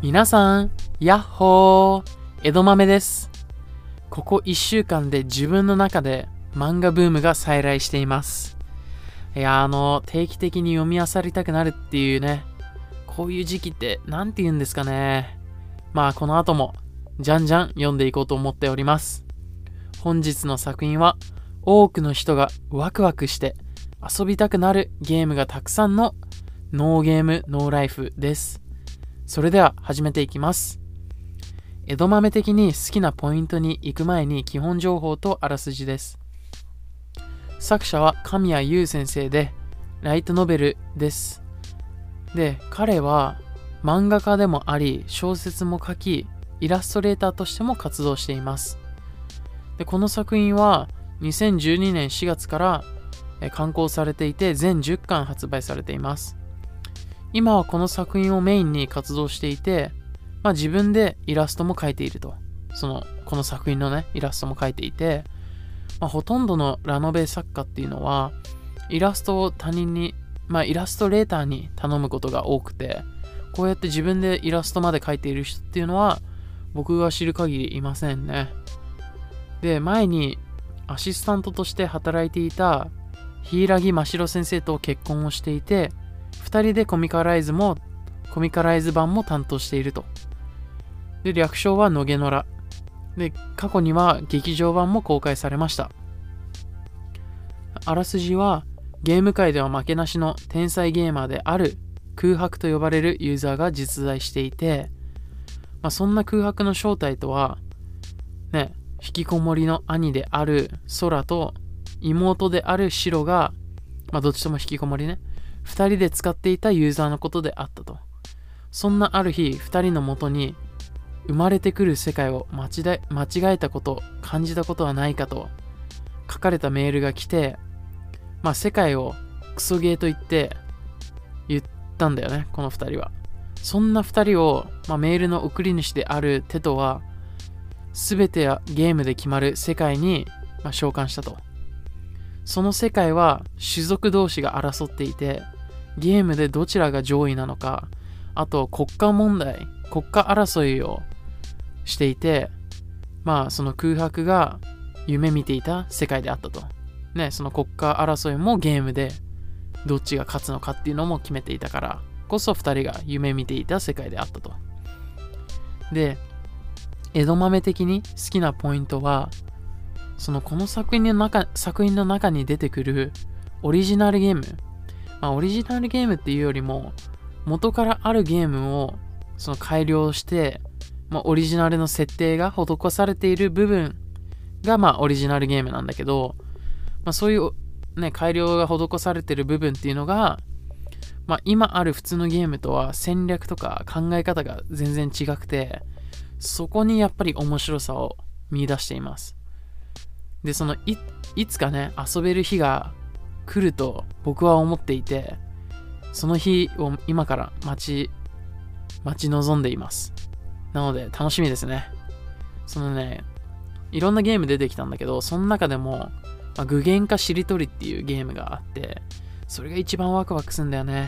皆さん、やっほー、江戸豆です。ここ1週間で自分の中で漫画ブームが再来しています。定期的に読み漁りたくなるっていうね、こういう時期ってなんて言うんですかね。この後もじゃんじゃん読んでいこうと思っております。本日の作品は多くの人がワクワクして遊びたくなるゲームがたくさんのノーゲームノーライフです。それでは始めていきます。江戸豆的に好きなポイントに行く前に基本情報とあらすじです。作者は神谷優先生でライトノベルです。で、彼は漫画家でもあり小説も書きイラストレーターとしても活動しています。で、この作品は2012年4月から刊行されていて全10巻発売されています。今はこの作品をメインに活動していて、自分でイラストも描いていると。この作品のね、イラストも描いていて、ほとんどのラノベ作家っていうのは、イラストを他人に、イラストレーターに頼むことが多くて、こうやって自分でイラストまで描いている人っていうのは、僕が知る限りいませんね。で、前にアシスタントとして働いていた柊真城先生と結婚をしていて、2人でコミカライズ版も担当していると。で、略称は野毛野良。で、過去には劇場版も公開されました。あらすじは、ゲーム界では負けなしの天才ゲーマーである空白と呼ばれるユーザーが実在していて、そんな空白の正体とは、引きこもりの兄である空と妹である白が、どっちとも引きこもりね、2人で使っていたユーザーのことであったと。そんなある日、2人のもとに生まれてくる世界を間違えたこと、感じたことはないかと書かれたメールが来て、世界をクソゲーと言ったんだよね、この2人は。そんな2人を、メールの送り主であるテトは、すべてゲームで決まる世界に、召喚したと。その世界は種族同士が争っていて、ゲームでどちらが上位なのか、あと国家争いをしていて、その空白が夢見ていた世界であったと。その国家争いもゲームでどっちが勝つのかっていうのも決めていたからこそ2人が夢見ていた世界であったと。で、江戸豆的に好きなポイントは、この作品の中に出てくるオリジナルゲーム。オリジナルゲームっていうよりも、元からあるゲームを改良して、オリジナルの設定が施されている部分が、オリジナルゲームなんだけど、そういう、改良が施されている部分っていうのが、今ある普通のゲームとは戦略とか考え方が全然違くて、そこにやっぱり面白さを見出しています。で、いつかね、遊べる日が来ると僕は思っていて、その日を今から待ち望んでいます。なので楽しみですね。いろんなゲーム出てきたんだけど、その中でも、具現化しりとりっていうゲームがあって、それが一番ワクワクするんだよね。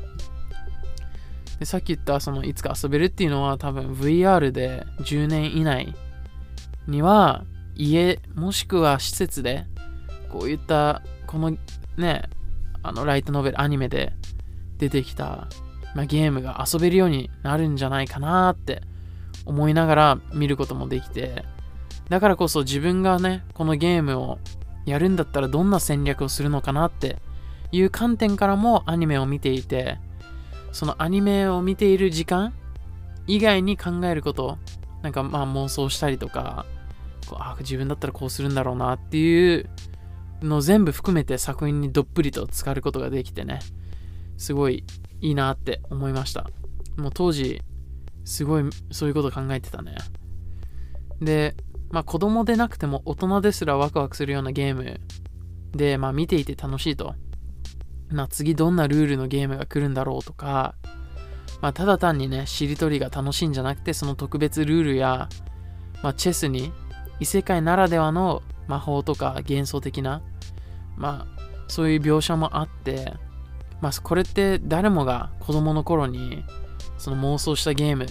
で、さっき言ったいつか遊べるっていうのは多分 VR で10年以内には家もしくは施設でこういったこのライトノベルアニメで出てきた、ゲームが遊べるようになるんじゃないかなって思いながら見ることもできて、だからこそ自分がこのゲームをやるんだったらどんな戦略をするのかなっていう観点からもアニメを見ていて、そのアニメを見ている時間以外に考えること、妄想したりとか、自分だったらこうするんだろうなっていうのを全部含めて作品にどっぷりと浸かることができてね、すごいいいなって思いました。もう当時すごいそういうこと考えてたね。で、子供でなくても大人ですらワクワクするようなゲームで、見ていて楽しいと。次どんなルールのゲームが来るんだろうとか、ただ単にしりとりが楽しいんじゃなくて、その特別ルールや、チェスに異世界ならではの魔法とか幻想的な、そういう描写もあって、これって誰もが子供の頃にその妄想したゲーム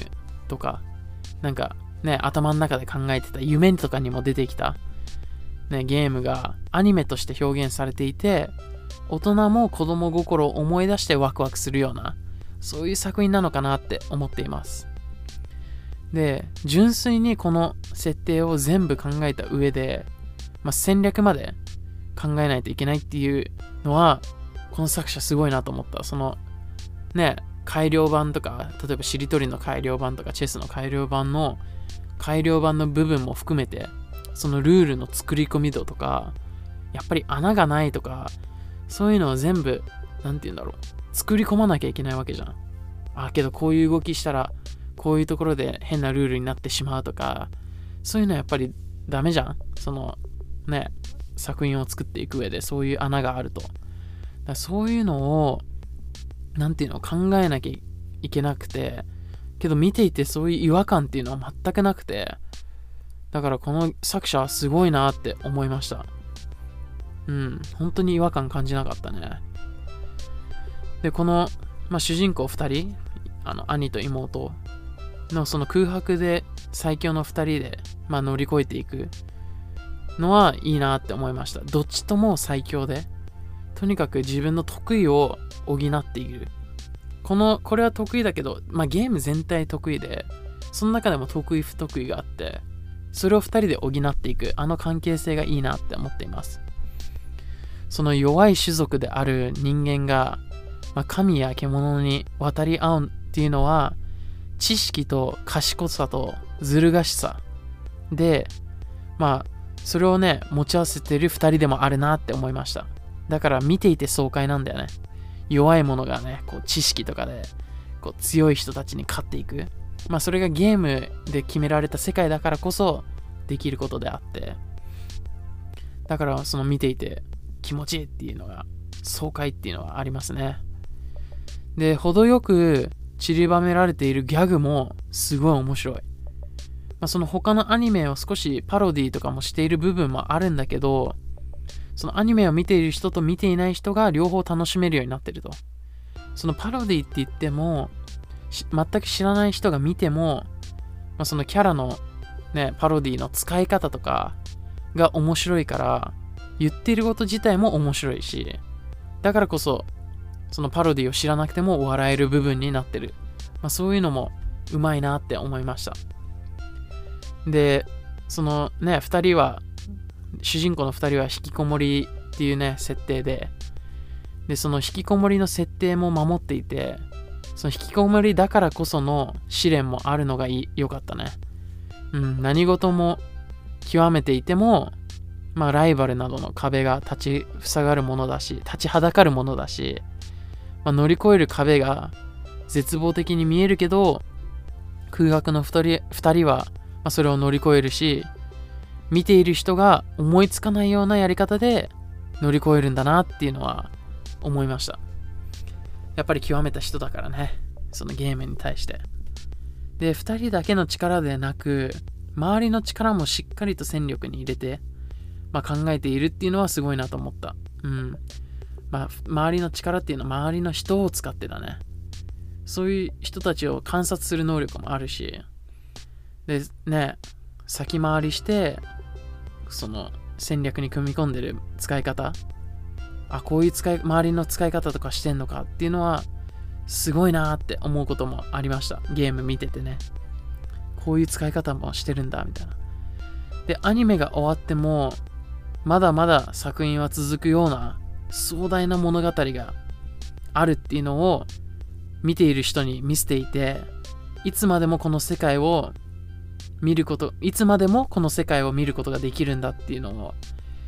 とか、なんかね、頭の中で考えてた夢とかにも出てきた、ね、ゲームがアニメとして表現されていて、大人も子供心を思い出してワクワクするような、そういう作品なのかなって思っています。で、純粋にこの設定を全部考えた上で、戦略まで考えないといけないっていうのは、この作者すごいなと思った。そのね、改良版とか、例えばしりとりの改良版とかチェスの改良版の部分も含めて、そのルールの作り込み度とか、やっぱり穴がないとか、そういうのを全部作り込まなきゃいけないわけじゃん。けどこういう動きしたらこういうところで変なルールになってしまうとか、そういうのはやっぱりダメじゃん。そのね、作品を作っていく上でそういう穴があると。そういうのを考えなきゃいけなくて、けど見ていてそういう違和感っていうのは全くなくて、だからこの作者はすごいなって思いました。本当に違和感感じなかったね。で、この、主人公2人、兄と妹のその空白で最強の2人で、乗り越えていくのはいいなって思いました。どっちとも最強で、とにかく自分の得意を補っている。これは得意だけど、ゲーム全体得意で、その中でも得意不得意があって、それを2人で補っていく、関係性がいいなって思っています。その弱い種族である人間が、神や獣に渡り合うっていうのは、知識と賢さとずる賢さで、それをね、持ち合わせてる2人でもあるなって思いました。だから見ていて爽快なんだよね。弱い者がね、知識とかで強い人たちに勝っていく。それがゲームで決められた世界だからこそできることであって、だからその見ていて気持ちいいっていうのが、爽快っていうのはありますね。で、程よく散りばめられているギャグもすごい面白い。その他のアニメを少しパロディとかもしている部分もあるんだけど、そのアニメを見ている人と見ていない人が両方楽しめるようになってると。そのパロディって言っても、全く知らない人が見ても、そのキャラのね、パロディの使い方とかが面白いから、言っていること自体も面白いし、だからこそそのパロディを知らなくても笑える部分になってる。そういうのもうまいなって思いました。で、そのね、主人公の2人は引きこもりっていうね、設定で、その引きこもりの設定も守っていて、その引きこもりだからこその試練もあるのが良かったね。何事も極めていても、ライバルなどの壁が立ちはだかるものだし、乗り越える壁が絶望的に見えるけど、空白の2人は、それを乗り越えるし、見ている人が思いつかないようなやり方で乗り越えるんだなっていうのは思いました。やっぱり極めた人だからね、そのゲームに対して。で、2人だけの力でなく、周りの力もしっかりと戦力に入れて、考えているっていうのはすごいなと思った。周りの力っていうのは周りの人を使ってだね。そういう人たちを観察する能力もあるし、でね、先回りしてその戦略に組み込んでる使い方、こういう周りの使い方とかしてんのかっていうのはすごいなーって思うこともありました。ゲーム見ててね、こういう使い方もしてるんだみたいな。で、アニメが終わってもまだまだ作品は続くような壮大な物語があるっていうのを見ている人に見せていて、いつまでもこの世界を見ることができるんだっていうのを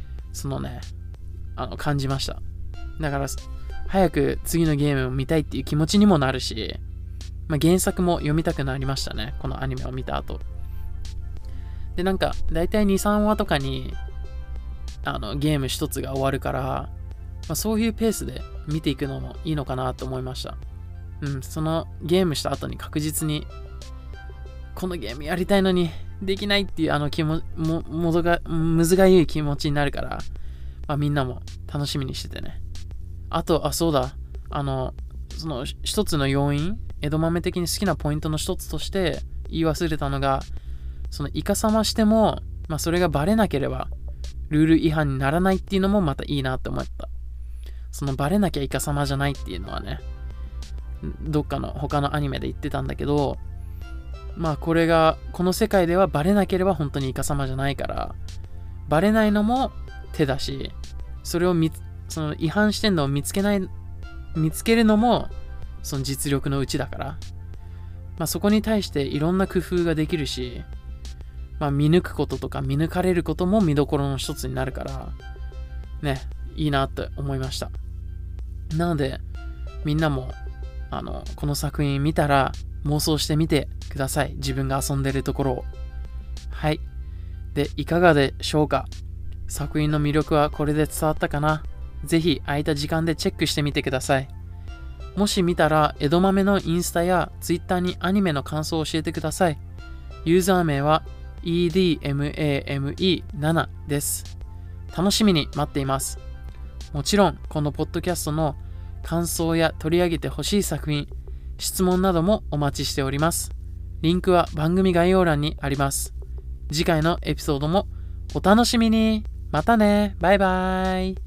感じました。だから早く次のゲームを見たいっていう気持ちにもなるし、原作も読みたくなりましたね、このアニメを見た後で。だいたい 2,3 話とかにゲーム一つが終わるから、そういうペースで見ていくのもいいのかなと思いました。そのゲームした後に確実にこのゲームやりたいのにできないっていうむずがゆい気持ちになるから、みんなも楽しみにしててね。あと、そうだ、その一つの要因、江戸豆的に好きなポイントの一つとして、 言い忘れたのが、そのイカサマしても、それがバレなければルール違反にならないっていうのもまたいいなって思った。そのバレなきゃイカサマじゃないっていうのはね、どっかの他のアニメで言ってたんだけど、これがこの世界ではバレなければ本当にイカサマじゃないから、バレないのも手だし、それをその違反してんのを見つけるのもその実力のうちだから、そこに対していろんな工夫ができるし、見抜くこととか見抜かれることも見どころの一つになるからね、いいなって思いました。なのでみんなもこの作品見たら妄想してみてください。自分が遊んでるところを。はい。で、いかがでしょうか。作品の魅力はこれで伝わったかな。ぜひ空いた時間でチェックしてみてください。もし見たら、江戸豆のインスタやツイッターにアニメの感想を教えてください。ユーザー名は EDMAME7 です。楽しみに待っています。もちろん、このポッドキャストの感想や取り上げてほしい作品、質問などもお待ちしております。リンクは番組概要欄にあります。次回のエピソードもお楽しみに。またね。バイバイ。